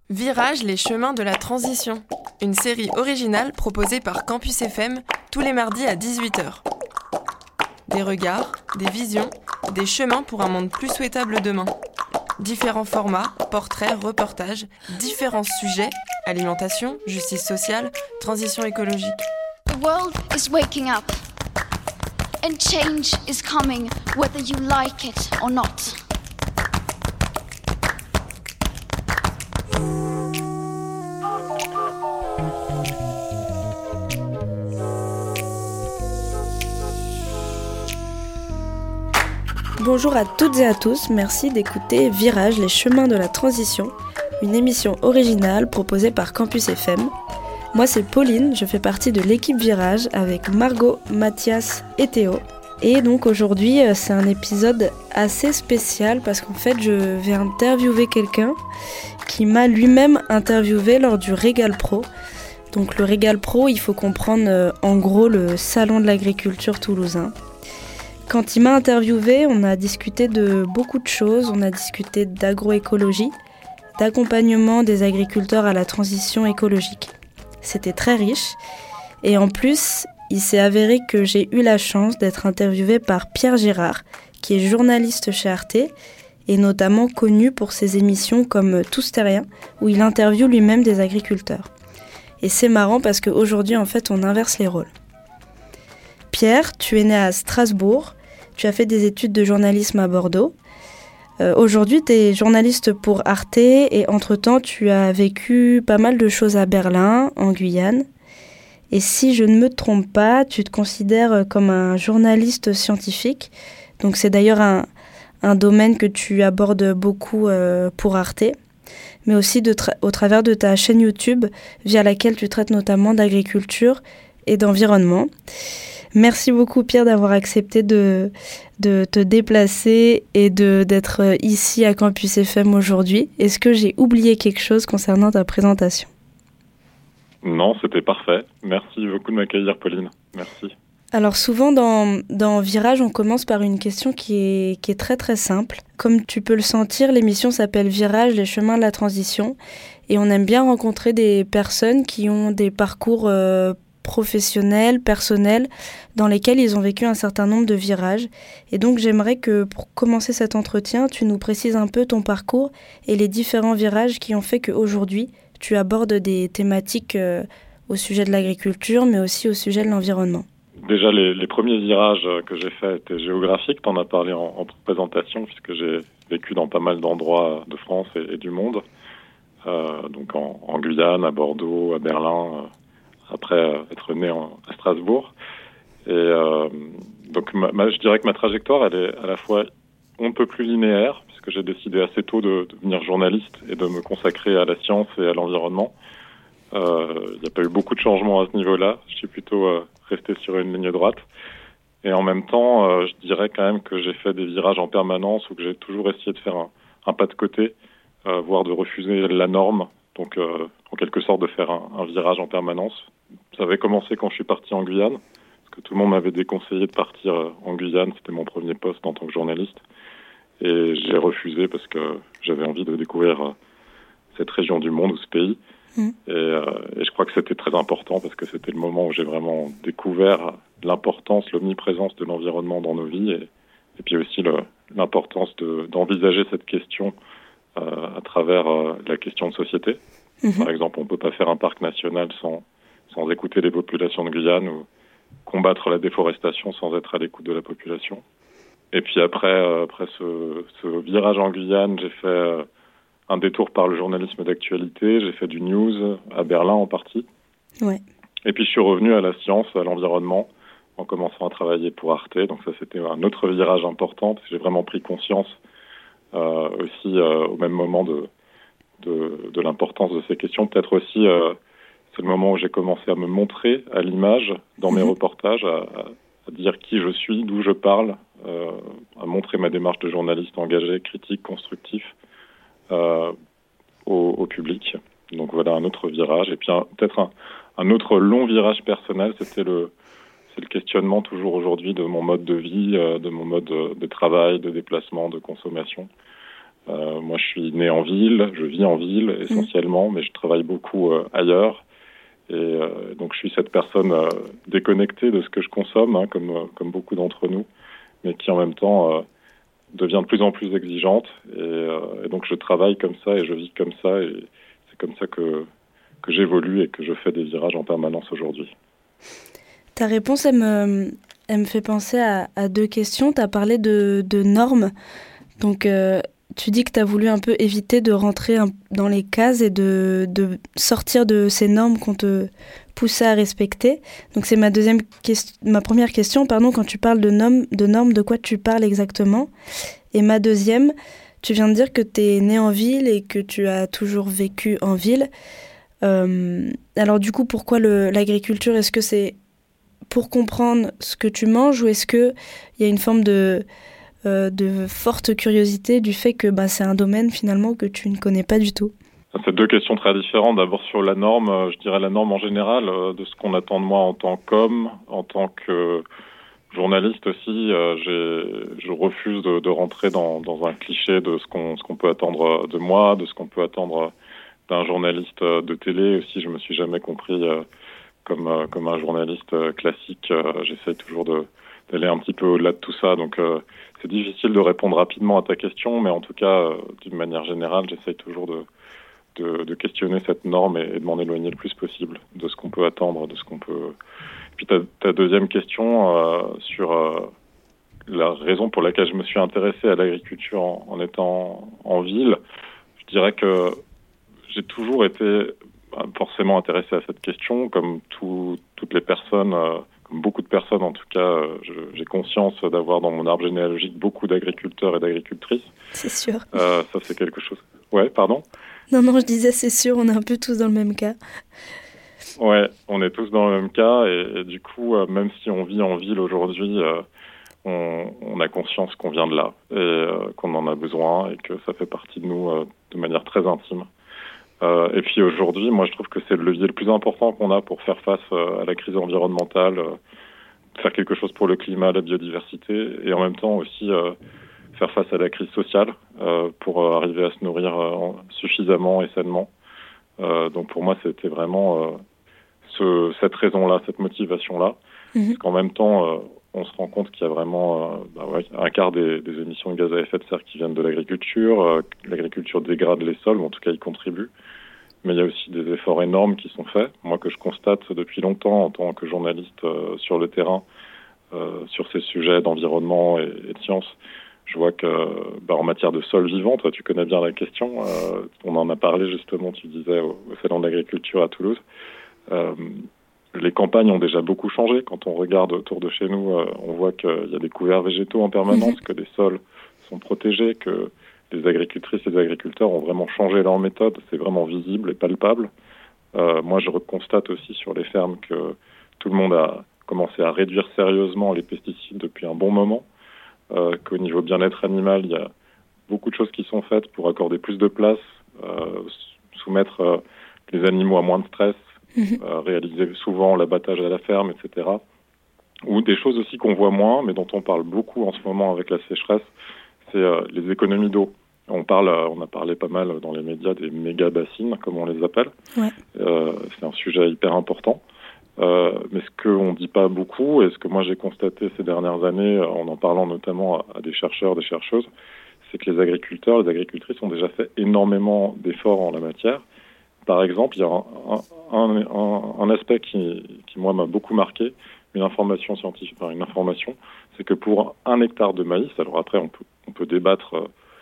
Virage, les chemins de la transition. Une série originale proposée par Campus FM tous les mardis à 18h. Des regards, des visions, des chemins pour un monde plus souhaitable demain. Différents formats, portraits, reportages, différents sujets, alimentation, justice sociale, transition écologique. The world is waking up. And change is coming, whether you like it or not. Bonjour à toutes et à tous, merci d'écouter Virage, les chemins de la transition, une émission originale proposée par Campus FM. Moi c'est Pauline, je fais partie de l'équipe Virage avec Margot, Mathias et Théo. Et donc aujourd'hui c'est un épisode assez spécial parce qu'en fait je vais interviewer quelqu'un qui m'a lui-même interviewé lors du Régal Pro. Donc le Régal Pro, il faut comprendre en gros le salon de l'agriculture toulousain. Quand il m'a interviewé, on a discuté de beaucoup de choses. On a discuté d'agroécologie, d'accompagnement des agriculteurs à la transition écologique. C'était très riche. Et en plus, il s'est avéré que j'ai eu la chance d'être interviewée par Pierre Girard, qui est journaliste chez Arte, et notamment connu pour ses émissions comme Tous Terriens, où il interviewe lui-même des agriculteurs. Et c'est marrant parce qu'aujourd'hui, en fait, on inverse les rôles. Pierre, tu es né à Strasbourg. Tu as fait des études de journalisme à Bordeaux. Aujourd'hui, tu es journaliste pour Arte et entre-temps, tu as vécu pas mal de choses à Berlin, en Guyane. Et si je ne me trompe pas, tu te considères comme un journaliste scientifique. Donc c'est d'ailleurs un domaine que tu abordes beaucoup pour Arte, mais aussi au travers de ta chaîne YouTube, via laquelle tu traites notamment d'agriculture et d'environnement. Merci beaucoup Pierre d'avoir accepté de te déplacer et d'être ici à Campus FM aujourd'hui. Est-ce que j'ai oublié quelque chose concernant ta présentation ? Non, c'était parfait. Merci beaucoup de m'accueillir Pauline. Merci. Alors souvent dans Virage, on commence par une question qui est très très simple. Comme tu peux le sentir, l'émission s'appelle Virage, les chemins de la transition. Et on aime bien rencontrer des personnes qui ont des parcours professionnels, personnels, dans lesquels ils ont vécu un certain nombre de virages. Et donc j'aimerais que pour commencer cet entretien, tu nous précises un peu ton parcours et les différents virages qui ont fait qu'aujourd'hui, tu abordes des thématiques au sujet de l'agriculture, mais aussi au sujet de l'environnement. Déjà, les premiers virages que j'ai faits étaient géographiques. Tu en as parlé en présentation, puisque j'ai vécu dans pas mal d'endroits de France et du monde. Donc en Guyane, à Bordeaux, à Berlin, après être né à Strasbourg. Et donc je dirais que ma trajectoire, elle est à la fois on ne peut plus linéaire, puisque j'ai décidé assez tôt de devenir journaliste et de me consacrer à la science et à l'environnement. Il n'y a pas eu beaucoup de changements à ce niveau-là. Je suis plutôt resté sur une ligne droite. Et en même temps, je dirais quand même que j'ai fait des virages en permanence ou que j'ai toujours essayé de faire un pas de côté, voire de refuser la norme. Donc, en quelque sorte, de faire un virage en permanence. Ça avait commencé quand je suis parti en Guyane, parce que tout le monde m'avait déconseillé de partir en Guyane. C'était mon premier poste en tant que journaliste. Et j'ai refusé parce que j'avais envie de découvrir cette région du monde ou ce pays. Et je crois que c'était très important parce que c'était le moment où j'ai vraiment découvert l'importance, l'omniprésence de l'environnement dans nos vies et puis aussi l'importance d'envisager cette question à travers la question de société. Par exemple, on ne peut pas faire un parc national sans écouter les populations de Guyane ou combattre la déforestation sans être à l'écoute de la population. Et puis après ce virage en Guyane, j'ai fait un détour par le journalisme d'actualité. J'ai fait du news à Berlin en partie. Ouais. Et puis je suis revenu à la science, à l'environnement, en commençant à travailler pour Arte. Donc ça, c'était un autre virage important. J'ai vraiment pris conscience aussi au même moment de l'importance de ces questions. Peut-être aussi, c'est le moment où j'ai commencé à me montrer à l'image dans mes reportages, à dire qui je suis, d'où je parle, à montrer ma démarche de journaliste engagé, critique, constructif. Au public. Donc voilà un autre virage. Et puis peut-être un autre long virage personnel, c'est le questionnement toujours aujourd'hui de mon mode de vie, de mon mode de travail, de déplacement, de consommation. Moi, je suis né en ville, je vis en ville essentiellement, mais je travaille beaucoup ailleurs. Et donc, je suis cette personne déconnectée de ce que je consomme, comme beaucoup d'entre nous, mais qui en même temps devient de plus en plus exigeante. Et donc, je travaille comme ça et je vis comme ça. Et c'est comme ça que j'évolue et que je fais des virages en permanence aujourd'hui. Ta réponse, elle me fait penser à deux questions. Tu as parlé de normes. Donc, tu dis que tu as voulu un peu éviter de rentrer dans les cases et de sortir de ces normes qu'on te poussait à respecter. Donc, c'est ma première question. Quand tu parles de normes, de quoi tu parles exactement? Et ma deuxième, tu viens de dire que tu es né en ville et que tu as toujours vécu en ville. Alors, du coup, pourquoi l'agriculture? Est-ce que c'est pour comprendre ce que tu manges ou est-ce qu'il y a une forme de forte curiosité du fait que c'est un domaine finalement que tu ne connais pas du tout? C'est deux questions très différentes. D'abord sur la norme, je dirais la norme en général, de ce qu'on attend de moi en tant qu'homme, en tant que journaliste aussi. Je refuse de rentrer dans un cliché de ce qu'on peut attendre de moi, de ce qu'on peut attendre d'un journaliste de télé. Aussi, je me suis jamais compris comme un journaliste classique. J'essaie toujours d'aller un petit peu au-delà de tout ça. Donc, c'est difficile de répondre rapidement à ta question, mais en tout cas, d'une manière générale, j'essaie toujours de questionner cette norme et de m'en éloigner le plus possible de ce qu'on peut attendre, de ce qu'on peut... Puis ta deuxième question sur la raison pour laquelle je me suis intéressé à l'agriculture en étant en ville, je dirais que j'ai toujours été forcément intéressé à cette question, comme toutes les personnes... Comme beaucoup de personnes, en tout cas, j'ai conscience d'avoir dans mon arbre généalogique beaucoup d'agriculteurs et d'agricultrices. C'est sûr. Ça, c'est quelque chose... Ouais, pardon ? Non, je disais c'est sûr, on est un peu tous dans le même cas. Ouais, on est tous dans le même cas et du coup, même si on vit en ville aujourd'hui, on a conscience qu'on vient de là et qu'on en a besoin et que ça fait partie de nous de manière très intime. Et puis aujourd'hui, moi je trouve que c'est le levier le plus important qu'on a pour faire face à la crise environnementale, faire quelque chose pour le climat, la biodiversité, et en même temps aussi faire face à la crise sociale pour arriver à se nourrir suffisamment et sainement. Donc pour moi, c'était vraiment cette raison-là, cette motivation-là. Parce qu'en même temps, on se rend compte qu'il y a vraiment un quart des émissions de gaz à effet de serre qui viennent de l'agriculture. L'agriculture dégrade les sols, ou en tout cas, y contribue. Mais il y a aussi des efforts énormes qui sont faits. Moi, que je constate depuis longtemps en tant que journaliste sur le terrain, sur ces sujets d'environnement et de sciences, je vois que en matière de sol vivant, toi tu connais bien la question, on en a parlé justement, tu disais, au Salon de l'agriculture à Toulouse. Les campagnes ont déjà beaucoup changé. Quand on regarde autour de chez nous, on voit qu'il y a des couverts végétaux en permanence, que les sols sont protégés, que les agricultrices et les agriculteurs ont vraiment changé leur méthode. C'est vraiment visible et palpable. Moi, je constate aussi sur les fermes que tout le monde a commencé à réduire sérieusement les pesticides depuis un bon moment, qu'au niveau bien-être animal, il y a beaucoup de choses qui sont faites pour accorder plus de place, soumettre les animaux à moins de stress, réaliser souvent l'abattage à la ferme, etc. Ou des choses aussi qu'on voit moins, mais dont on parle beaucoup en ce moment avec la sécheresse, c'est les économies d'eau. On a parlé pas mal dans les médias des méga-bassines, comme on les appelle. Ouais. C'est un sujet hyper important. Mais ce qu'on ne dit pas beaucoup, et ce que moi j'ai constaté ces dernières années, en parlant notamment à des chercheurs, des chercheuses, c'est que les agriculteurs, les agricultrices ont déjà fait énormément d'efforts en la matière. Par exemple, il y a un aspect qui moi, m'a beaucoup marqué, une information scientifique, c'est que pour 1 hectare de maïs, alors après on peut débattre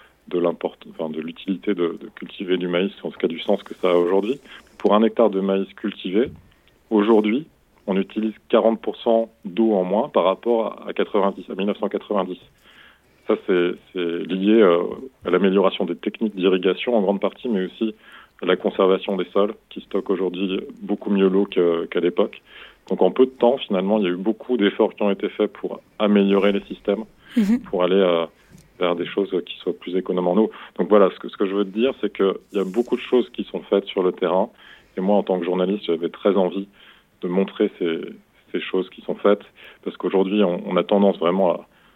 de l'utilité de cultiver du maïs, en tout cas du sens que ça a aujourd'hui. Pour 1 hectare de maïs cultivé, aujourd'hui, on utilise 40% d'eau en moins par rapport à 1990. Ça, c'est lié à l'amélioration des techniques d'irrigation en grande partie, mais aussi à la conservation des sols, qui stockent aujourd'hui beaucoup mieux l'eau qu'à l'époque. Donc en peu de temps, finalement, il y a eu beaucoup d'efforts qui ont été faits pour améliorer les systèmes, pour aller vers des choses qui soient plus économes en eau. Donc voilà, ce que je veux te dire, c'est qu'il y a beaucoup de choses qui sont faites sur le terrain. Et moi, en tant que journaliste, j'avais très envie de montrer ces choses qui sont faites, parce qu'aujourd'hui, on a tendance vraiment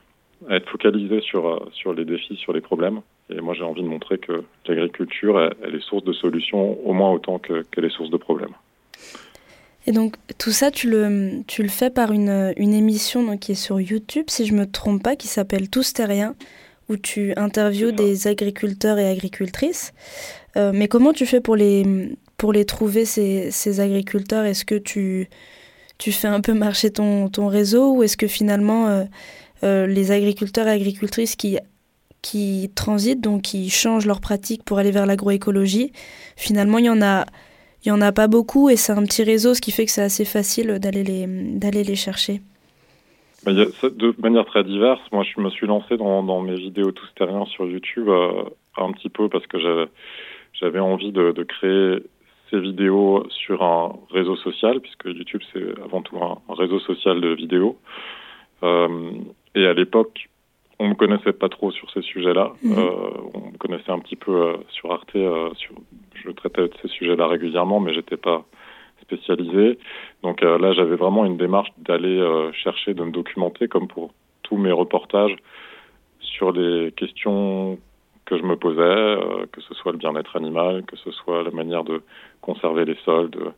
à être focalisé sur les défis, sur les problèmes. Et moi, j'ai envie de montrer que l'agriculture, elle est source de solutions au moins autant qu'elle est source de problèmes. Et donc, tout ça, tu le fais par une émission donc, qui est sur YouTube, si je ne me trompe pas, qui s'appelle Tous Terriens, où tu interviews des agriculteurs et agricultrices. Mais comment tu fais pour les trouver, ces agriculteurs ? Est-ce que tu fais un peu marcher ton réseau, ou est-ce que finalement, les agriculteurs et agricultrices qui transitent, donc qui changent leurs pratiques pour aller vers l'agroécologie, finalement, il y en a pas beaucoup et c'est un petit réseau, ce qui fait que c'est assez facile d'aller les chercher. De manière très diverse. Moi, je me suis lancé dans mes vidéos Tous Terriens sur YouTube un petit peu parce que j'avais envie de créer ces vidéos sur un réseau social, puisque YouTube, c'est avant tout un réseau social de vidéos. Et à l'époque, on me connaissait pas trop sur ces sujets-là. On me connaissait un petit peu sur Arte. Je traitais de ces sujets-là régulièrement, mais j'étais pas spécialisé. Donc là, j'avais vraiment une démarche d'aller chercher, de me documenter, comme pour tous mes reportages, sur des questions que je me posais, que ce soit le bien-être animal, que ce soit la manière de conserver les sols, de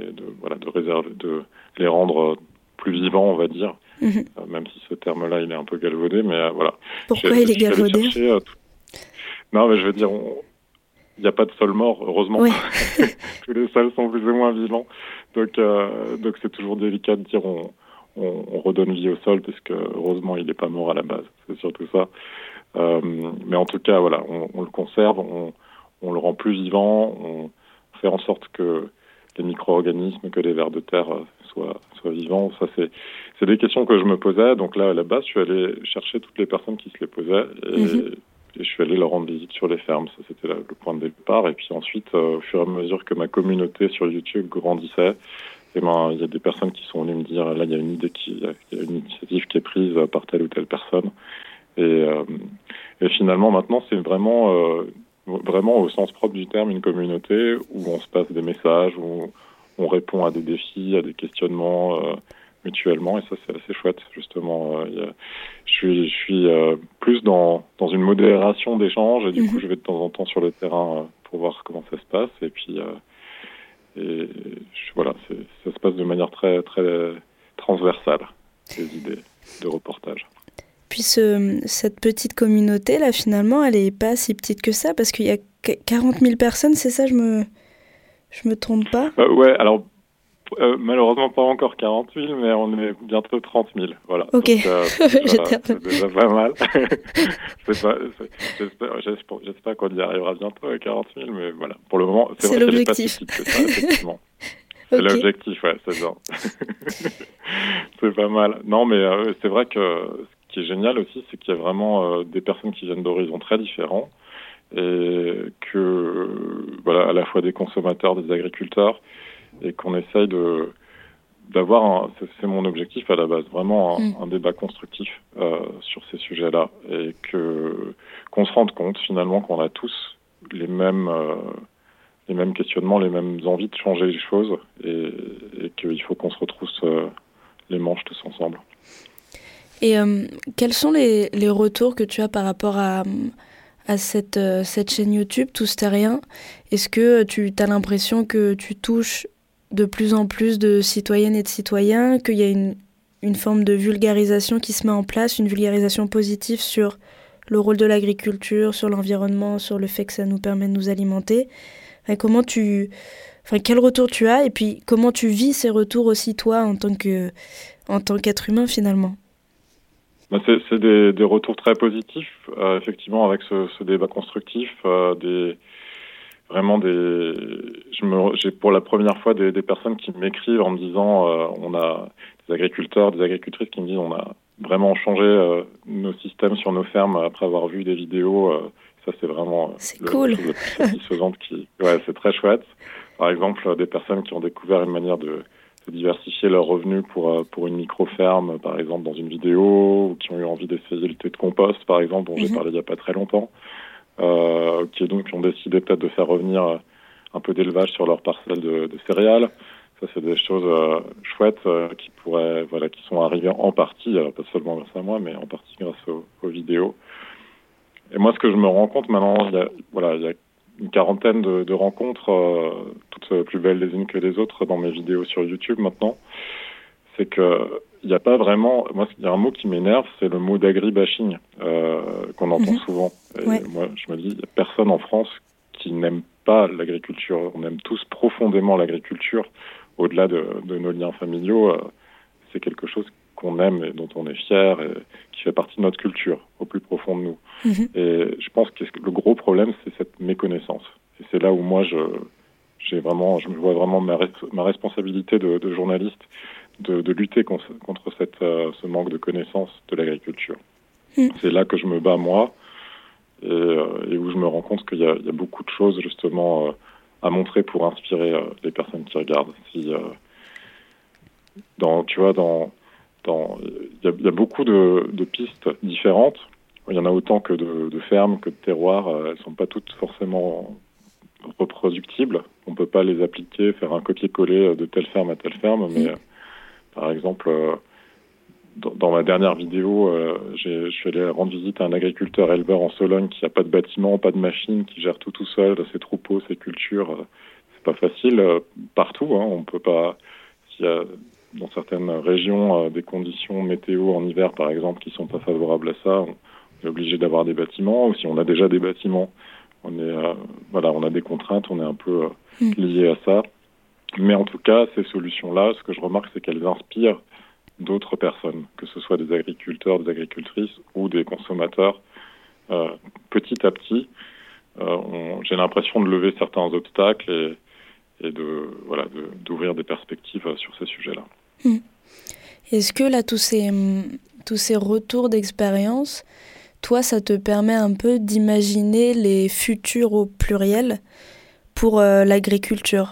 les rendre plus vivants, on va dire. Même si ce terme-là, il est un peu galvaudé, mais voilà. Pourquoi il est galvaudé ? Non, mais je veux dire, il n'y a pas de sol mort, heureusement. Oui. Tous les sols sont plus ou moins vivants. Donc c'est toujours délicat de dire on redonne vie au sol, parce que heureusement, il n'est pas mort à la base. C'est surtout ça. Mais en tout cas, voilà, on le conserve, on le rend plus vivant, on fait en sorte que les micro-organismes, que les vers de terre soient vivants. Ça, c'est des questions que je me posais. Donc là, à la base, je suis allé chercher toutes les personnes qui se les posaient et je suis allé leur rendre visite sur les fermes. Ça, c'était le point de départ. Et puis ensuite, au fur et à mesure que ma communauté sur YouTube grandissait, il y a des personnes qui sont venues me dire, là, il y a une initiative qui est prise par telle ou telle personne. Et finalement, maintenant, c'est vraiment au sens propre du terme, une communauté où on se passe des messages, où on répond à des défis, à des questionnements mutuellement, et ça, c'est assez chouette, justement. Je suis plus dans une modération d'échanges, et du coup, je vais de temps en temps sur le terrain pour voir comment ça se passe, et puis voilà, ça se passe de manière très, très transversale, les idées de reportage. Puis cette petite communauté, là, finalement, elle n'est pas si petite que ça, parce qu'il y a 40 000 personnes, c'est ça, je me trompe pas ? Ouais, alors, malheureusement pas encore 40 000, mais on est bientôt 30 000, voilà. Ok, c'est déjà pas mal. J'espère qu'on y arrivera bientôt à 40 000, mais voilà, pour le moment, c'est vrai l'objectif. Qu'elle est pas si petite que ça, effectivement. C'est l'objectif, ouais, c'est bien. C'est pas mal. Non, mais c'est vrai que ce qui est génial aussi, c'est qu'il y a vraiment des personnes qui viennent d'horizons très différents, et que, voilà, à la fois des consommateurs, des agriculteurs, et qu'on essaye d'avoir, c'est mon objectif à la base, vraiment un débat constructif sur ces sujets-là, et qu'on se rende compte finalement qu'on a tous les mêmes questionnements, les mêmes envies de changer les choses, et qu'il faut qu'on se retrousse les manches tous ensemble. Et quels sont les retours que tu as par rapport à cette chaîne YouTube, Tous Terriens ? Est-ce que tu as l'impression que tu touches de plus en plus de citoyennes et de citoyens, qu'il y a une forme de vulgarisation qui se met en place, une vulgarisation positive sur le rôle de l'agriculture, sur l'environnement, sur le fait que ça nous permet de nous alimenter ? Quel retour tu as, et puis comment tu vis ces retours aussi, toi, en tant qu'être humain, finalement ? C'est des retours très positifs, effectivement, avec ce débat constructif, j'ai pour la première fois des personnes qui m'écrivent en me disant, on a des agriculteurs, des agricultrices qui me disent, on a vraiment changé nos systèmes sur nos fermes après avoir vu des vidéos. Ça, c'est vraiment cool. Le plus satisfaisant c'est très chouette. Par exemple, des personnes qui ont découvert une manière de diversifier leurs revenus pour une micro-ferme, par exemple, dans une vidéo, ou qui ont eu envie d'essayer le thé de compost, par exemple, dont j'ai parlé il n'y a pas très longtemps, qui ont décidé peut-être de faire revenir un peu d'élevage sur leur parcelle de céréales. Ça, c'est des choses chouettes qui sont arrivées en partie, pas seulement grâce à moi, mais en partie grâce aux vidéos. Et moi, ce que je me rends compte maintenant, il y a une quarantaine de rencontres, toutes plus belles les unes que les autres dans mes vidéos sur YouTube maintenant. C'est que il n'y a pas vraiment... Moi, il y a un mot qui m'énerve, c'est le mot d'agribashing qu'on entend souvent. Et moi, je me dis, il n'y a personne en France qui n'aime pas l'agriculture. On aime tous profondément l'agriculture. Au-delà de nos liens familiaux, c'est quelque chose qu'on aime et dont on est fier et qui fait partie de notre culture, au plus profond de nous. Et je pense que le gros problème, c'est cette méconnaissance. Et c'est là où moi, je me vois vraiment ma responsabilité de journaliste de lutter contre ce manque de connaissance de l'agriculture. C'est là que je me bats, moi, et où je me rends compte qu'il y a beaucoup de choses, justement, à montrer pour inspirer les personnes qui regardent. Il y a beaucoup de pistes différentes. Il y en a autant que de fermes, que de terroirs. Elles sont pas toutes forcément reproductibles. On peut pas les appliquer, faire un copier-coller de telle ferme à telle ferme. Mais par exemple, dans ma dernière vidéo, je suis allé rendre visite à un agriculteur éleveur en Sologne qui n'a pas de bâtiment, pas de machine, qui gère tout seul, ses troupeaux, ses cultures. C'est pas facile partout. On peut pas. S'il y a dans certaines régions des conditions météo en hiver, par exemple, qui sont pas favorables à ça, on est obligé d'avoir des bâtiments. Ou si on a déjà des bâtiments, on a des contraintes, on est un peu lié à ça. Mais en tout cas, ces solutions-là, ce que je remarque, c'est qu'elles inspirent d'autres personnes, que ce soit des agriculteurs, des agricultrices ou des consommateurs. Petit à petit, j'ai l'impression de lever certains obstacles et d'ouvrir des perspectives sur ces sujets-là. Est-ce que là, tous ces retours d'expérience, toi, ça te permet un peu d'imaginer les futurs au pluriel pour l'agriculture ?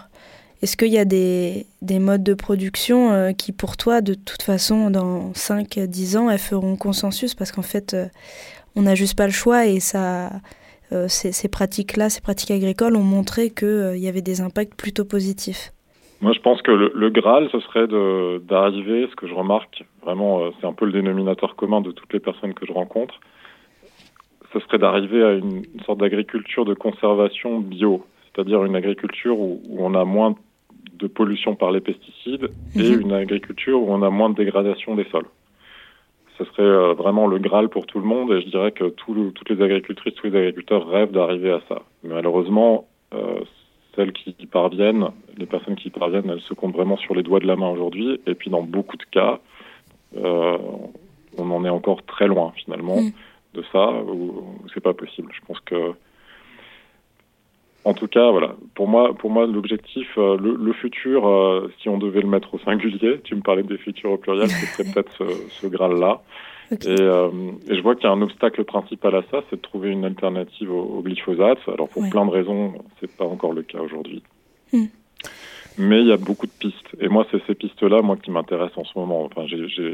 Est-ce qu'il y a des modes de production qui, pour toi, de toute façon, dans 5-10 ans, elles feront consensus ? Parce qu'en fait, on n'a juste pas le choix et ça, ces pratiques-là, ces pratiques agricoles ont montré qu'il y avait des impacts plutôt positifs. Moi, je pense que le Graal, ce serait d'arriver, ce que je remarque, vraiment, c'est un peu le dénominateur commun de toutes les personnes que je rencontre, ce serait d'arriver à une sorte d'agriculture de conservation bio, c'est-à-dire une agriculture où on a moins de pollution par les pesticides et une agriculture où on a moins de dégradation des sols. Ce serait vraiment le Graal pour tout le monde et je dirais que toutes les agricultrices, tous les agriculteurs rêvent d'arriver à ça. Mais malheureusement, les personnes qui y parviennent, elles se comptent vraiment sur les doigts de la main aujourd'hui. Et puis dans beaucoup de cas, on en est encore très loin finalement de ça, où c'est pas possible. Je pense que en tout cas, voilà. Pour moi, l'objectif, le futur, si on devait le mettre au singulier, tu me parlais des futurs au pluriel, ce serait peut-être ce Graal-là. Okay. Et je vois qu'il y a un obstacle principal à ça, c'est de trouver une alternative au glyphosate. Alors pour plein de raisons, c'est pas encore le cas aujourd'hui. Mais il y a beaucoup de pistes. Et moi, c'est ces pistes-là, qui m'intéressent en ce moment. Enfin,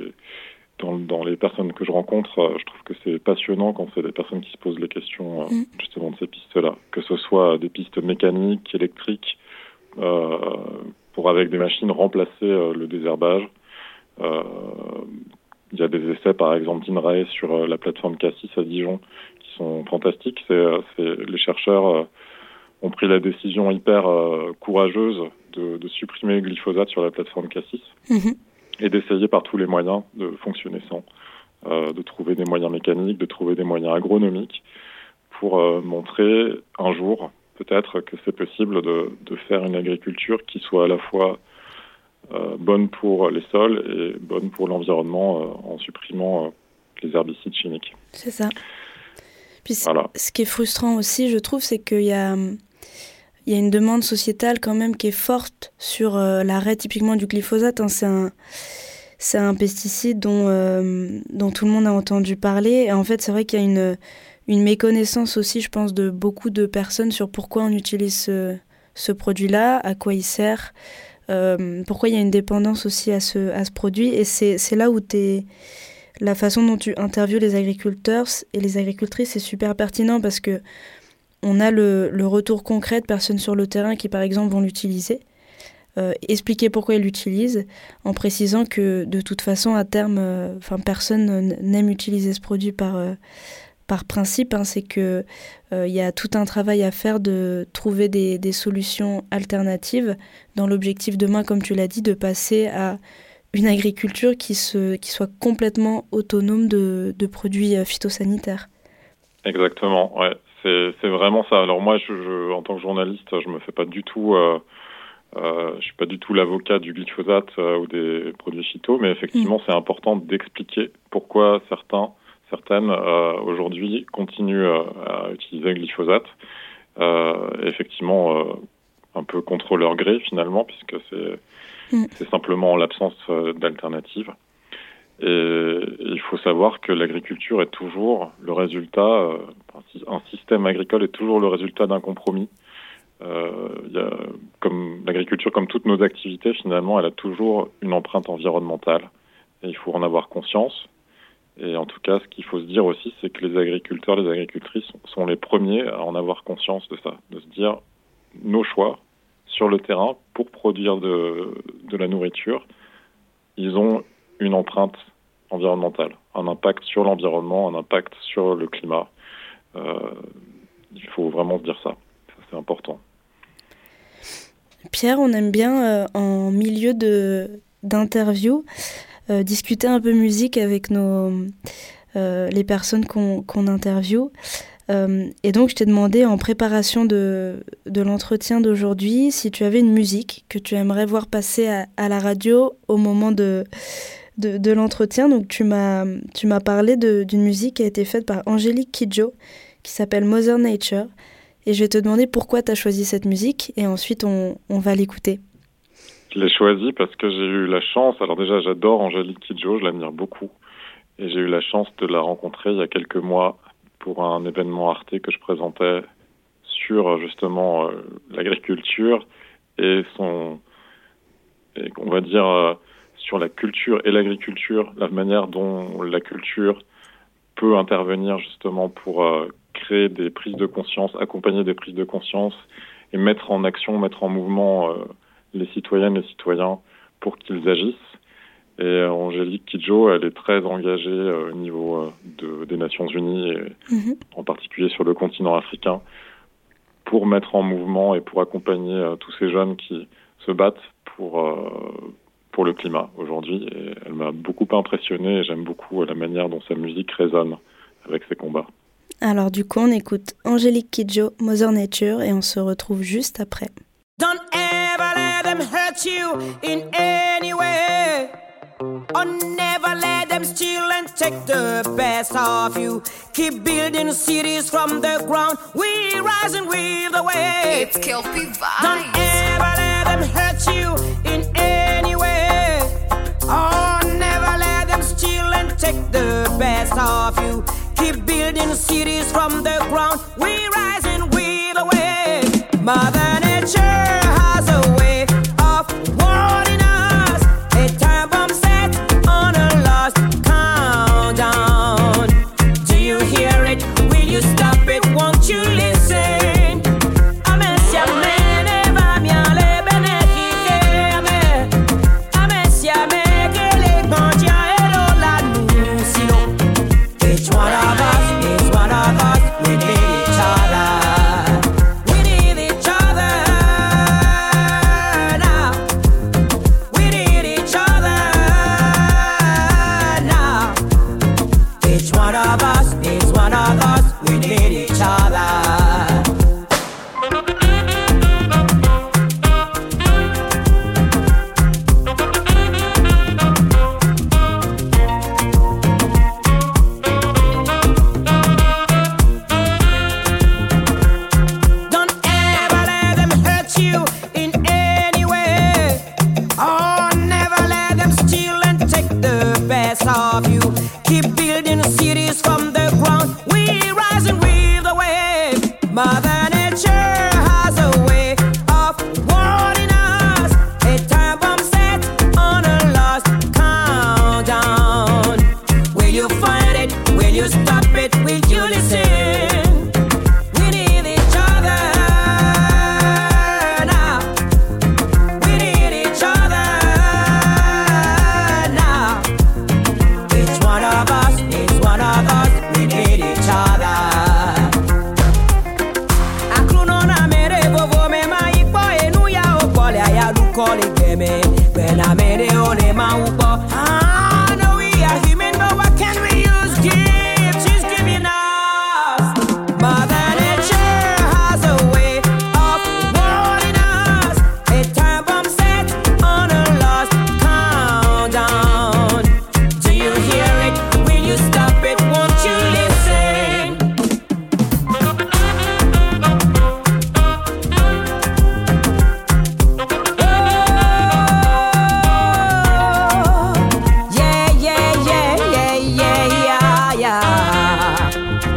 dans les personnes que je rencontre, je trouve que c'est passionnant quand c'est des personnes qui se posent les questions justement de ces pistes-là. Que ce soit des pistes mécaniques, électriques, pour avec des machines remplacer le désherbage. Il y a des essais, par exemple, d'INRAE sur la plateforme Cassis à Dijon qui sont fantastiques. Les chercheurs ont pris la décision hyper courageuse de supprimer le glyphosate sur la plateforme Cassis. Et d'essayer par tous les moyens de fonctionner sans, de trouver des moyens mécaniques, de trouver des moyens agronomiques pour montrer un jour peut-être que c'est possible de faire une agriculture qui soit à la fois bonne pour les sols et bonne pour l'environnement en supprimant les herbicides chimiques. C'est ça. Puis ce qui est frustrant aussi, je trouve, c'est qu'il y a une demande sociétale quand même qui est forte sur l'arrêt typiquement du glyphosate. C'est un pesticide dont tout le monde a entendu parler. Et en fait, c'est vrai qu'il y a une méconnaissance aussi, je pense, de beaucoup de personnes sur pourquoi on utilise ce produit-là, à quoi il sert, pourquoi il y a une dépendance aussi à ce produit. Et c'est là où la façon dont tu interviews les agriculteurs et les agricultrices, c'est super pertinent parce que on a le retour concret de personnes sur le terrain qui, par exemple, vont l'utiliser. expliquer pourquoi il l'utilise, en précisant que de toute façon, à terme, personne n'aime utiliser ce produit par principe. C'est que y a tout un travail à faire de trouver des solutions alternatives dans l'objectif demain, comme tu l'as dit, de passer à une agriculture qui soit complètement autonome de produits phytosanitaires. Exactement, ouais. C'est vraiment ça. Alors moi, en tant que journaliste, je me fais pas du tout... je suis pas du tout l'avocat du glyphosate ou des produits phyto, mais effectivement, c'est important d'expliquer pourquoi certaines aujourd'hui continuent à utiliser le glyphosate. Effectivement, un peu contre leur gré finalement, puisque c'est simplement l'absence d'alternative. Et il faut savoir que l'agriculture est toujours le résultat, un système agricole est toujours le résultat d'un compromis. Comme l'agriculture, comme toutes nos activités, finalement, elle a toujours une empreinte environnementale. Et il faut en avoir conscience. Et en tout cas, ce qu'il faut se dire aussi, c'est que les agriculteurs, les agricultrices sont les premiers à en avoir conscience de ça, de se dire nos choix sur le terrain pour produire de la nourriture, ils ont une empreinte environnementale, un impact sur l'environnement, un impact sur le climat. Il faut vraiment se dire ça, c'est important. Pierre, on aime bien en milieu d'interview discuter un peu musique avec les personnes qu'on interviewe. Et donc, je t'ai demandé en préparation de l'entretien d'aujourd'hui si tu avais une musique que tu aimerais voir passer à la radio au moment de l'entretien. Donc, tu m'as parlé d'une musique qui a été faite par Angélique Kidjo, qui s'appelle Mother Nature. Et je vais te demander pourquoi tu as choisi cette musique, et ensuite on va l'écouter. Je l'ai choisie parce que j'ai eu la chance, alors déjà j'adore Angélique Kidjo, je l'admire beaucoup, et j'ai eu la chance de la rencontrer il y a quelques mois pour un événement Arte que je présentais sur justement l'agriculture et on va dire sur la culture et l'agriculture, la manière dont la culture peut intervenir justement pour créer des prises de conscience, accompagner des prises de conscience et mettre en action, mettre en mouvement les citoyennes et les citoyens pour qu'ils agissent. Et Angélique Kidjo, elle est très engagée au niveau des Nations Unies, et en particulier sur le continent africain, pour mettre en mouvement et pour accompagner tous ces jeunes qui se battent pour le climat aujourd'hui. Et elle m'a beaucoup impressionné et j'aime beaucoup la manière dont sa musique résonne avec ses combats. Alors du coup, on écoute Angélique Kidjo, Mother Nature, et on se retrouve juste après. Don't ever let them hurt you in any way. Or never let them steal and take the best of you. Keep building cities from the ground. We rising with the wave. It's Kelpie Vibes. Don't ever let them hurt you in any way. Or never let them steal and take the best of you. Keep building cities from the ground. We rising with the wave. Mother Nature has a way of warning us. A time bomb set on a lost countdown. Do you hear it? Will you stop it? Won't you listen? Amesia mene va bien le benefike ame. Amesia me que le bandia ero la nusilo. Each one of us is one of us. We need each other. We need each other now. We need each other now. Each one of us is one of us. We need each other. Don't ever let them hurt you in any way. Oh, never let them steal and take the best of you. Keep building cities from the ground. We rising with the wave. Mother Nature has a way of warning us. A time bomb set on a lost countdown. Will you find it? Will you stop it? Will you listen? We need each other now. We need now, but I know we are human, but what can we use? Give, she's giving us. Mother Nature has a way of warning us. A time bomb set on a lost countdown. Do you hear it? Will you stop it? Won't you listen? Yeah, yeah, yeah, yeah, yeah, yeah, yeah.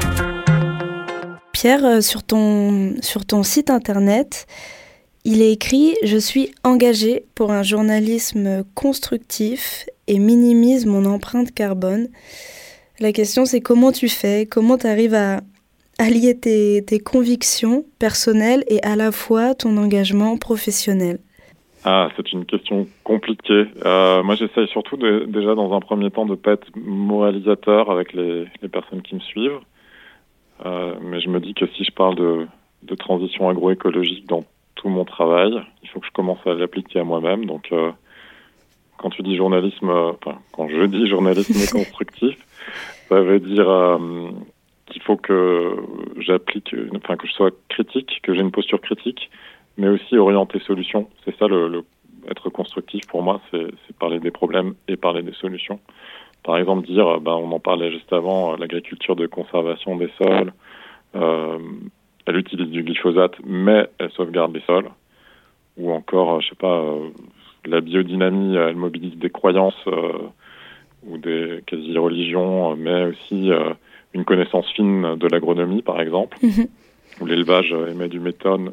Pierre, sur ton site internet, il est écrit « Je suis engagé pour un journalisme constructif et minimise mon empreinte carbone ». La question, c'est comment tu fais, comment tu arrives à allier tes convictions personnelles et à la fois ton engagement professionnel. Ah, c'est une question compliquée. Moi, j'essaye surtout déjà dans un premier temps de ne pas être moralisateur avec les personnes qui me suivent. Mais je me dis que si je parle de transition agroécologique dans tout mon travail, il faut que je commence à l'appliquer à moi-même. Donc, quand tu dis journalisme, quand je dis journalisme constructif, ça veut dire qu'il faut que j'applique, que je sois critique, que j'ai une posture critique, mais aussi orienter solutions. C'est ça être constructif pour moi, c'est parler des problèmes et parler des solutions. Par exemple, dire, on en parlait juste avant, l'agriculture de conservation des sols, elle utilise du glyphosate, mais elle sauvegarde les sols. Ou encore, la biodynamie, elle mobilise des croyances ou des quasi-religions, mais aussi une connaissance fine de l'agronomie, par exemple, où l'élevage émet du méthane,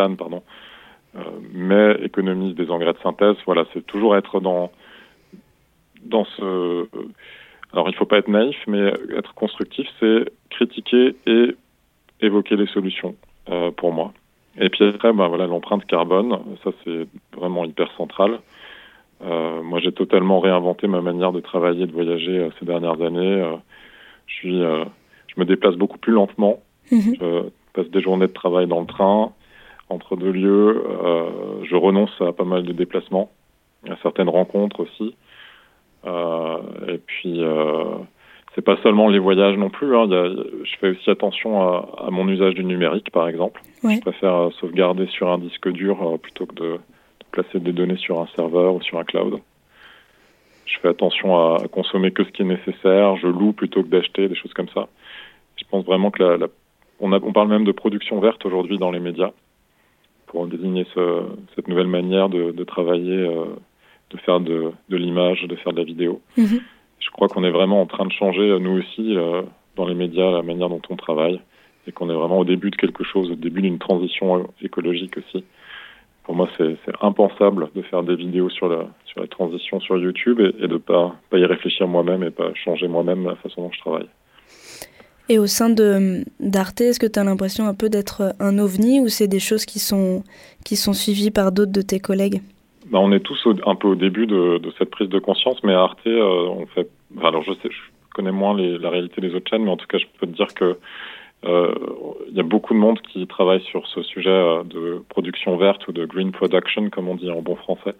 mais économise des engrais de synthèse. Voilà, c'est toujours être dans ce... Alors, il ne faut pas être naïf, mais être constructif, c'est critiquer et évoquer les solutions, pour moi. Et puis après, l'empreinte carbone, ça, c'est vraiment hyper central. Moi, j'ai totalement réinventé ma manière de travailler et de voyager ces dernières années. Je me déplace beaucoup plus lentement. Je passe des journées de travail dans le train, entre deux lieux. Je renonce à pas mal de déplacements, à certaines rencontres aussi. Et puis, c'est pas seulement les voyages non plus. Je fais aussi attention à mon usage du numérique, par exemple. Ouais. Je préfère sauvegarder sur un disque dur plutôt que de placer des données sur un serveur ou sur un cloud. Je fais attention à consommer que ce qui est nécessaire. Je loue plutôt que d'acheter, des choses comme ça. Je pense vraiment que on parle même de production verte aujourd'hui dans les médias pour désigner cette nouvelle manière de travailler, de faire de l'image, de faire de la vidéo. Je crois qu'on est vraiment en train de changer, nous aussi, dans les médias, la manière dont on travaille, et qu'on est vraiment au début de quelque chose, au début d'une transition écologique aussi. Pour moi, c'est impensable de faire des vidéos sur la transition sur YouTube et de pas y réfléchir moi-même et pas changer moi-même la façon dont je travaille. Et au sein d'Arte, est-ce que tu as l'impression un peu d'être un ovni ou c'est des choses qui sont suivies par d'autres de tes collègues ? On est tous un peu au début de cette prise de conscience, mais à Arte, on fait... Alors, je connais moins la réalité des autres chaînes, mais en tout cas, je peux te dire que y a beaucoup de monde qui travaille sur ce sujet de production verte ou de green production, comme on dit en bon français.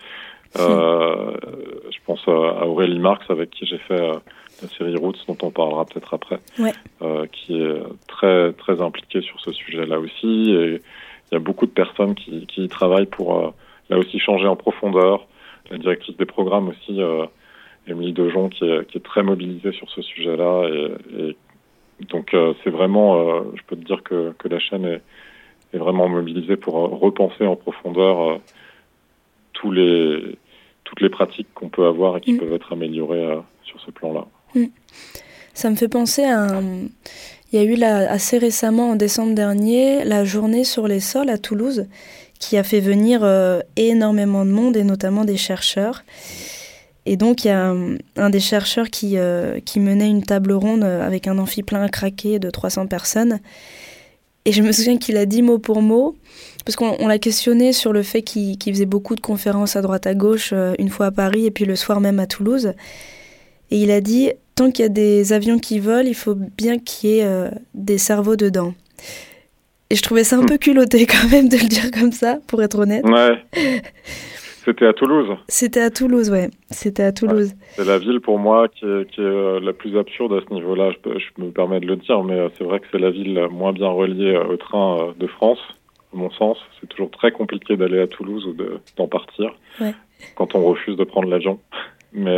Je pense à Aurélie Marx, avec qui j'ai fait la série Roots, dont on parlera peut-être après, qui est très, très impliquée sur ce sujet-là aussi. Et il y a beaucoup de personnes qui y travaillent pour... là aussi changer en profondeur. La directrice des programmes aussi, Émilie Dejon, qui est très mobilisée sur ce sujet-là. Et donc c'est vraiment, je peux te dire que la chaîne est vraiment mobilisée pour repenser en profondeur toutes les pratiques qu'on peut avoir et qui peuvent être améliorées sur ce plan-là. Ça me fait penser à... Il y a eu assez récemment, en décembre dernier, la journée sur les sols à Toulouse, qui a fait venir énormément de monde, et notamment des chercheurs. Et donc, il y a un des chercheurs qui menait une table ronde avec un amphi plein à craquer de 300 personnes. Et je me souviens qu'il a dit mot pour mot, parce qu'on l'a questionné sur le fait qu'il faisait beaucoup de conférences à droite à gauche, une fois à Paris et puis le soir même à Toulouse. Et il a dit, tant qu'il y a des avions qui volent, il faut bien qu'il y ait des cerveaux dedans. Et je trouvais ça un peu culotté quand même de le dire comme ça, pour être honnête. Ouais. C'était à Toulouse. C'était à Toulouse, ouais. C'était à Toulouse. Ouais. C'est la ville pour moi qui est la plus absurde à ce niveau-là, je me permets de le dire, mais c'est vrai que c'est la ville la moins bien reliée au train de France, à mon sens. C'est toujours très compliqué d'aller à Toulouse ou d'en partir quand on refuse de prendre l'avion. Mais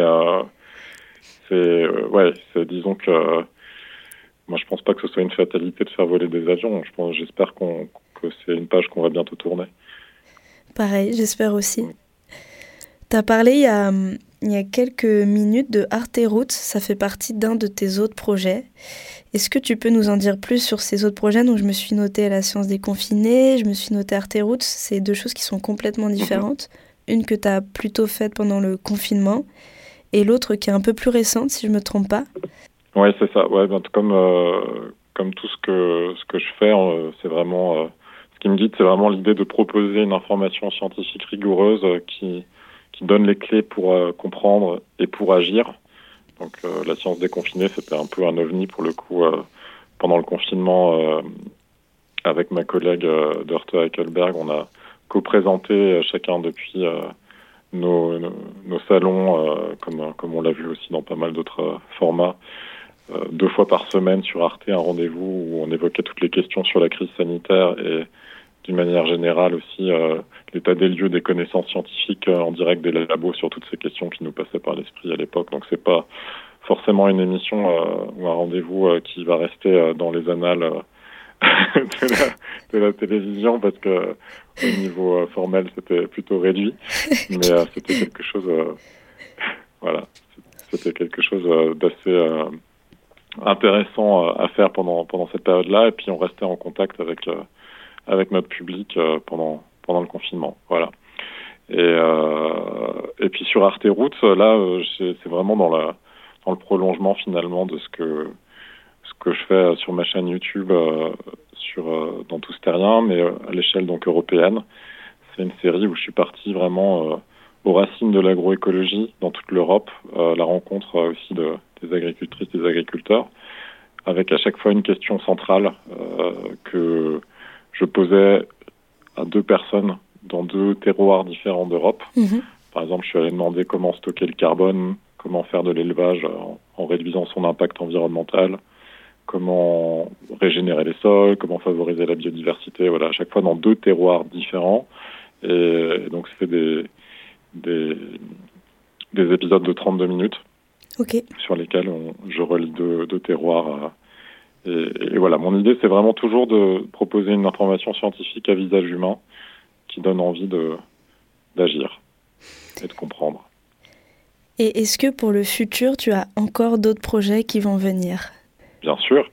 disons que moi je pense pas que ce soit une fatalité de faire voler des avions. J'espère que c'est une page qu'on va bientôt tourner. Pareil, j'espère aussi. Tu as parlé il y a quelques minutes de Arte Roots, ça fait partie d'un de tes autres projets. Est-ce que tu peux nous en dire plus sur ces autres projets? Donc je me suis notée La Science des Confinés, je me suis notée Arte Roots, c'est deux choses qui sont complètement différentes. Une que tu as plutôt faite pendant le confinement et l'autre qui est un peu plus récente, si je ne me trompe pas. Oui, c'est ça. Ouais, comme tout ce que je fais, c'est vraiment... ce qui me guide, c'est vraiment l'idée de proposer une information scientifique rigoureuse qui donne les clés pour comprendre et pour agir. Donc La Science des Confinés, c'était un peu un ovni pour le coup pendant le confinement avec ma collègue Dörte Eichelberg. On a co-présenté chacun depuis nos salons, comme on l'a vu aussi dans pas mal d'autres formats, 2 fois par semaine sur Arte, un rendez-vous où on évoquait toutes les questions sur la crise sanitaire et d'une manière générale aussi l'état des lieux des connaissances scientifiques en direct des labos sur toutes ces questions qui nous passaient par l'esprit à l'époque. Donc c'est pas forcément une émission ou un rendez-vous qui va rester dans les annales de la télévision parce que au niveau formel c'était plutôt réduit, mais c'était quelque chose c'était quelque chose d'assez intéressant à faire pendant cette période-là, et puis on restait en contact avec notre public pendant le confinement. Voilà. Et puis sur Arte Roots, là, c'est vraiment dans le prolongement finalement de ce que je fais sur ma chaîne YouTube dans Tous Terriens, mais à l'échelle donc européenne. C'est une série où je suis parti vraiment aux racines de l'agroécologie dans toute l'Europe, la rencontre aussi des agricultrices, des agriculteurs, avec à chaque fois une question centrale que je posais à 2 personnes dans 2 terroirs différents d'Europe. Par exemple, je suis allé demander comment stocker le carbone, comment faire de l'élevage en réduisant son impact environnemental, comment régénérer les sols, comment favoriser la biodiversité. Voilà, à chaque fois dans 2 terroirs différents. Et donc, c'est des épisodes de 32 minutes sur lesquels je relie 2 terroirs. Et voilà, mon idée, c'est vraiment toujours de proposer une information scientifique à visage humain qui donne envie d'agir et de comprendre. Et est-ce que pour le futur, tu as encore d'autres projets qui vont venir? Bien sûr.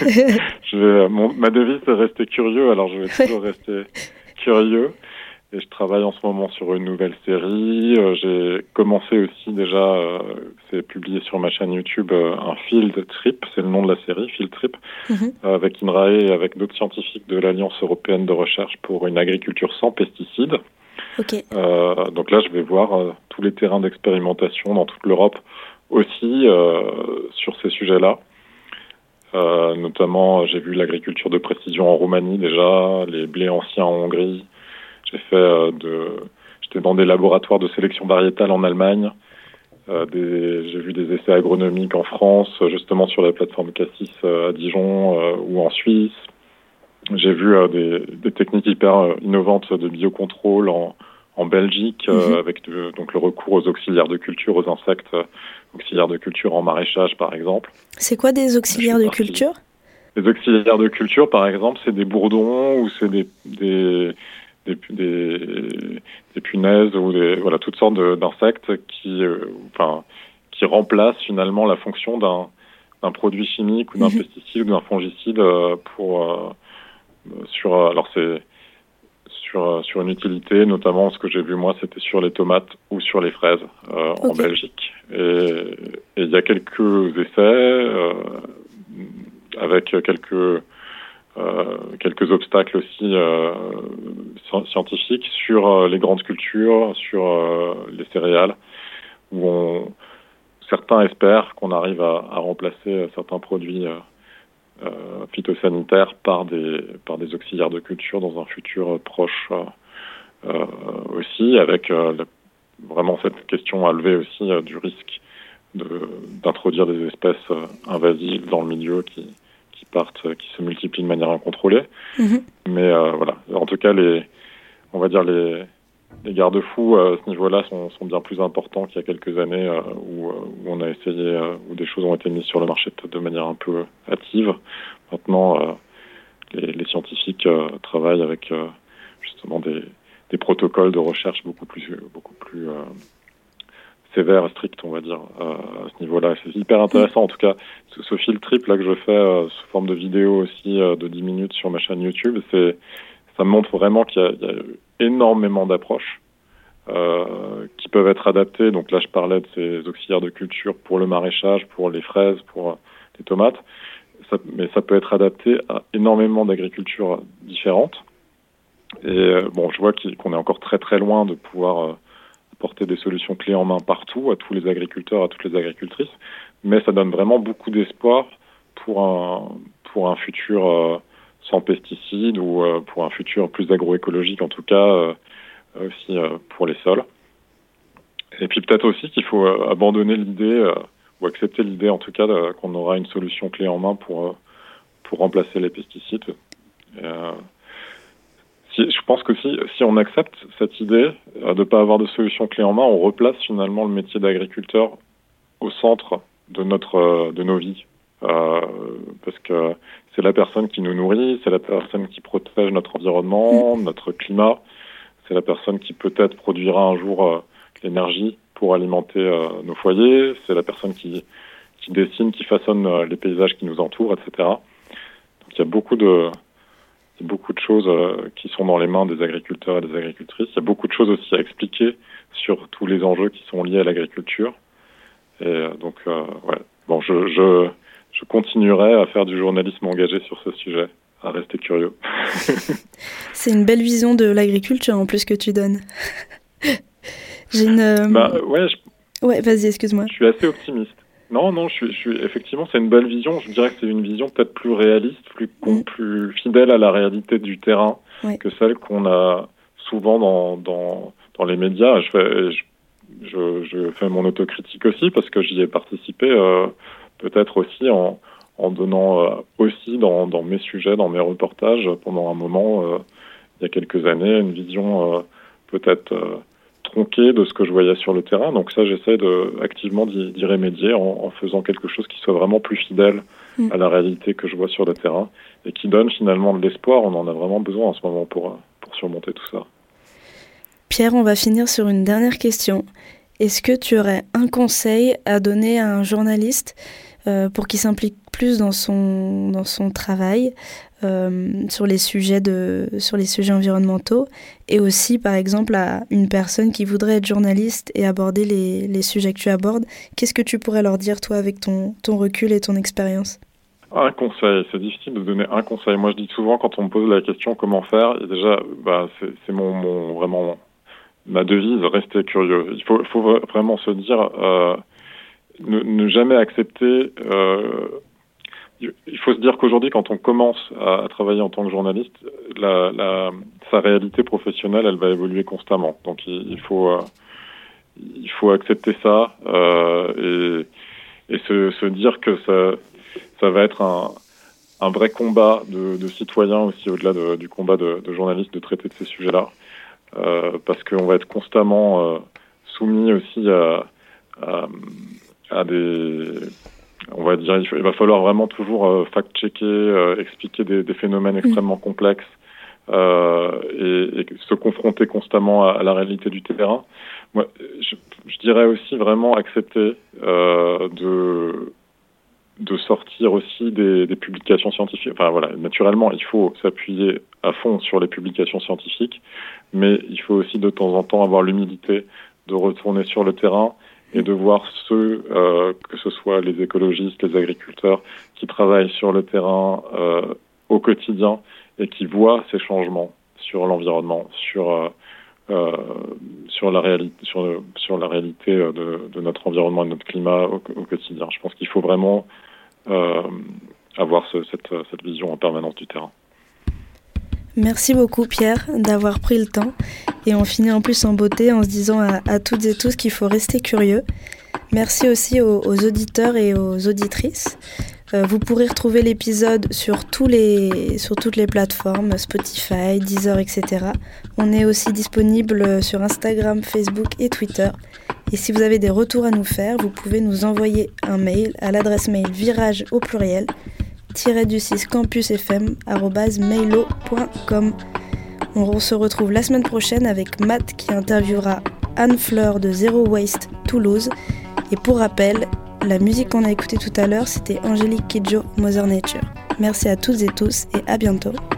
Ma devise, c'est rester curieux, alors je vais toujours rester curieux. Et je travaille en ce moment sur une nouvelle série. J'ai commencé aussi déjà, c'est publié sur ma chaîne YouTube, un Field Trip, c'est le nom de la série, Field Trip, avec INRAE et avec d'autres scientifiques de l'Alliance européenne de recherche pour une agriculture sans pesticides. Donc là, je vais voir tous les terrains d'expérimentation dans toute l'Europe aussi sur ces sujets-là. Notamment, j'ai vu l'agriculture de précision en Roumanie déjà, les blés anciens en Hongrie. J'étais dans des laboratoires de sélection variétale en Allemagne. J'ai vu des essais agronomiques en France, justement sur la plateforme Cassis à Dijon ou en Suisse. J'ai vu des techniques hyper innovantes de biocontrôle en Belgique, avec donc le recours aux auxiliaires de culture, aux insectes auxiliaires de culture en maraîchage, par exemple. C'est quoi des auxiliaires de culture? Les auxiliaires de culture, par exemple, c'est des bourdons ou c'est des punaises ou toutes sortes d'insectes qui remplacent finalement la fonction d'un produit chimique ou d'un pesticide ou d'un fongicide sur une utilité, notamment ce que j'ai vu moi, c'était sur les tomates ou sur les fraises en Belgique. Et il y a quelques essais avec quelques obstacles aussi scientifiques sur les grandes cultures, sur les céréales, où certains espèrent qu'on arrive à remplacer certains produits phytosanitaires par des auxiliaires de culture dans un futur proche aussi, avec vraiment cette question à lever aussi du risque d'introduire des espèces invasives dans le milieu qui se multiplient de manière incontrôlée. Mais voilà, en tout cas, les garde-fous à ce niveau-là sont bien plus importants qu'il y a quelques années où on a essayé, où des choses ont été mises sur le marché de manière un peu hâtive. Maintenant, les scientifiques travaillent avec justement des protocoles de recherche beaucoup plus sévères, stricts, on va dire, à ce niveau-là. C'est hyper intéressant. En tout cas, ce field trip là que je fais sous forme de vidéo aussi de 10 minutes sur ma chaîne YouTube, ça me montre vraiment qu'il y a énormément d'approches qui peuvent être adaptées. Donc là, je parlais de ces auxiliaires de culture pour le maraîchage, pour les fraises, pour les tomates. Mais ça peut être adapté à énormément d'agricultures différentes. Et je vois qu'on est encore très très loin de pouvoir apporter des solutions clés en main partout, à tous les agriculteurs, à toutes les agricultrices. Mais ça donne vraiment beaucoup d'espoir pour un futur sans pesticides ou pour un futur plus agroécologique, en tout cas aussi pour les sols. Et puis peut-être aussi qu'il faut abandonner l'idée ou accepter l'idée en tout cas qu'on aura une solution clé en main pour remplacer les pesticides. Je pense que si on accepte cette idée de ne pas avoir de solution clé en main, on replace finalement le métier d'agriculteur au centre de nos vies. Parce que c'est la personne qui nous nourrit, c'est la personne qui protège notre environnement, notre climat, c'est la personne qui peut-être produira un jour l'énergie pour alimenter nos foyers, c'est la personne qui dessine, qui façonne les paysages qui nous entourent, etc. Donc il y a beaucoup de choses qui sont dans les mains des agriculteurs et des agricultrices. Il y a beaucoup de choses aussi à expliquer sur tous les enjeux qui sont liés à l'agriculture. Et donc, je continuerai à faire du journalisme engagé sur ce sujet, à rester curieux. C'est une belle vision de l'agriculture en plus que tu donnes. J'ai une... Ouais, vas-y, excuse-moi. Je suis assez optimiste. Non, je suis effectivement, c'est une belle vision. Je dirais que c'est une vision peut-être plus réaliste, plus fidèle à la réalité du terrain que celle qu'on a souvent dans les médias. Je fais mon autocritique aussi parce que j'y ai participé peut-être aussi en donnant aussi dans mes sujets, dans mes reportages pendant un moment, il y a quelques années, une vision peut-être tronquée de ce que je voyais sur le terrain. Donc ça, j'essaie activement d'y remédier en faisant quelque chose qui soit vraiment plus fidèle à la réalité que je vois sur le terrain et qui donne finalement de l'espoir. On en a vraiment besoin en ce moment pour surmonter tout ça. Pierre, on va finir sur une dernière question. Est-ce que tu aurais un conseil à donner à un journaliste pour qu'il s'implique plus dans son travail sur les sujets environnementaux et aussi par exemple à une personne qui voudrait être journaliste et aborder les sujets que tu abordes? Qu'est-ce que tu pourrais leur dire toi avec ton recul et ton expérience? Un conseil, c'est difficile de donner un conseil. Moi je dis souvent quand on me pose la question comment faire, et déjà c'est mon vraiment ma devise, rester curieux. Il faut vraiment se dire ne jamais accepter. Il faut se dire qu'aujourd'hui, quand on commence à travailler en tant que journaliste, sa réalité professionnelle, elle va évoluer constamment. Donc, il faut accepter ça et se dire que ça va être un vrai combat de citoyens aussi, au-delà du combat de journalistes, de traiter de ces sujets-là, parce qu'on va être constamment soumis aussi à des... On va dire, il va falloir vraiment toujours fact-checker, expliquer des phénomènes extrêmement complexes et se confronter constamment à la réalité du terrain. Moi, je dirais aussi vraiment accepter de sortir aussi des publications scientifiques. Enfin voilà, naturellement, il faut s'appuyer à fond sur les publications scientifiques, mais il faut aussi de temps en temps avoir l'humilité de retourner sur le terrain et de voir ceux, que ce soit les écologistes, les agriculteurs, qui travaillent sur le terrain au quotidien et qui voient ces changements sur l'environnement, sur la réalité de notre environnement et de notre climat au quotidien. Je pense qu'il faut vraiment avoir cette vision en permanence du terrain. Merci beaucoup Pierre d'avoir pris le temps Et on finit en plus en beauté en se disant à toutes et tous qu'il faut rester curieux. Merci aussi aux auditeurs et aux auditrices. Vous pourrez retrouver l'épisode sur toutes les plateformes, Spotify, Deezer, etc. On est aussi disponible sur Instagram, Facebook et Twitter. Et si vous avez des retours à nous faire, vous pouvez nous envoyer un mail à l'adresse mail virage au pluriel _du6 campusfm@mailo.com. On se retrouve la semaine prochaine avec Matt qui interviewera Anne-Fleur de Zero Waste Toulouse. Et pour rappel, la musique qu'on a écoutée tout à l'heure, c'était Angélique Kidjo, Mother Nature. Merci à toutes et tous et à bientôt.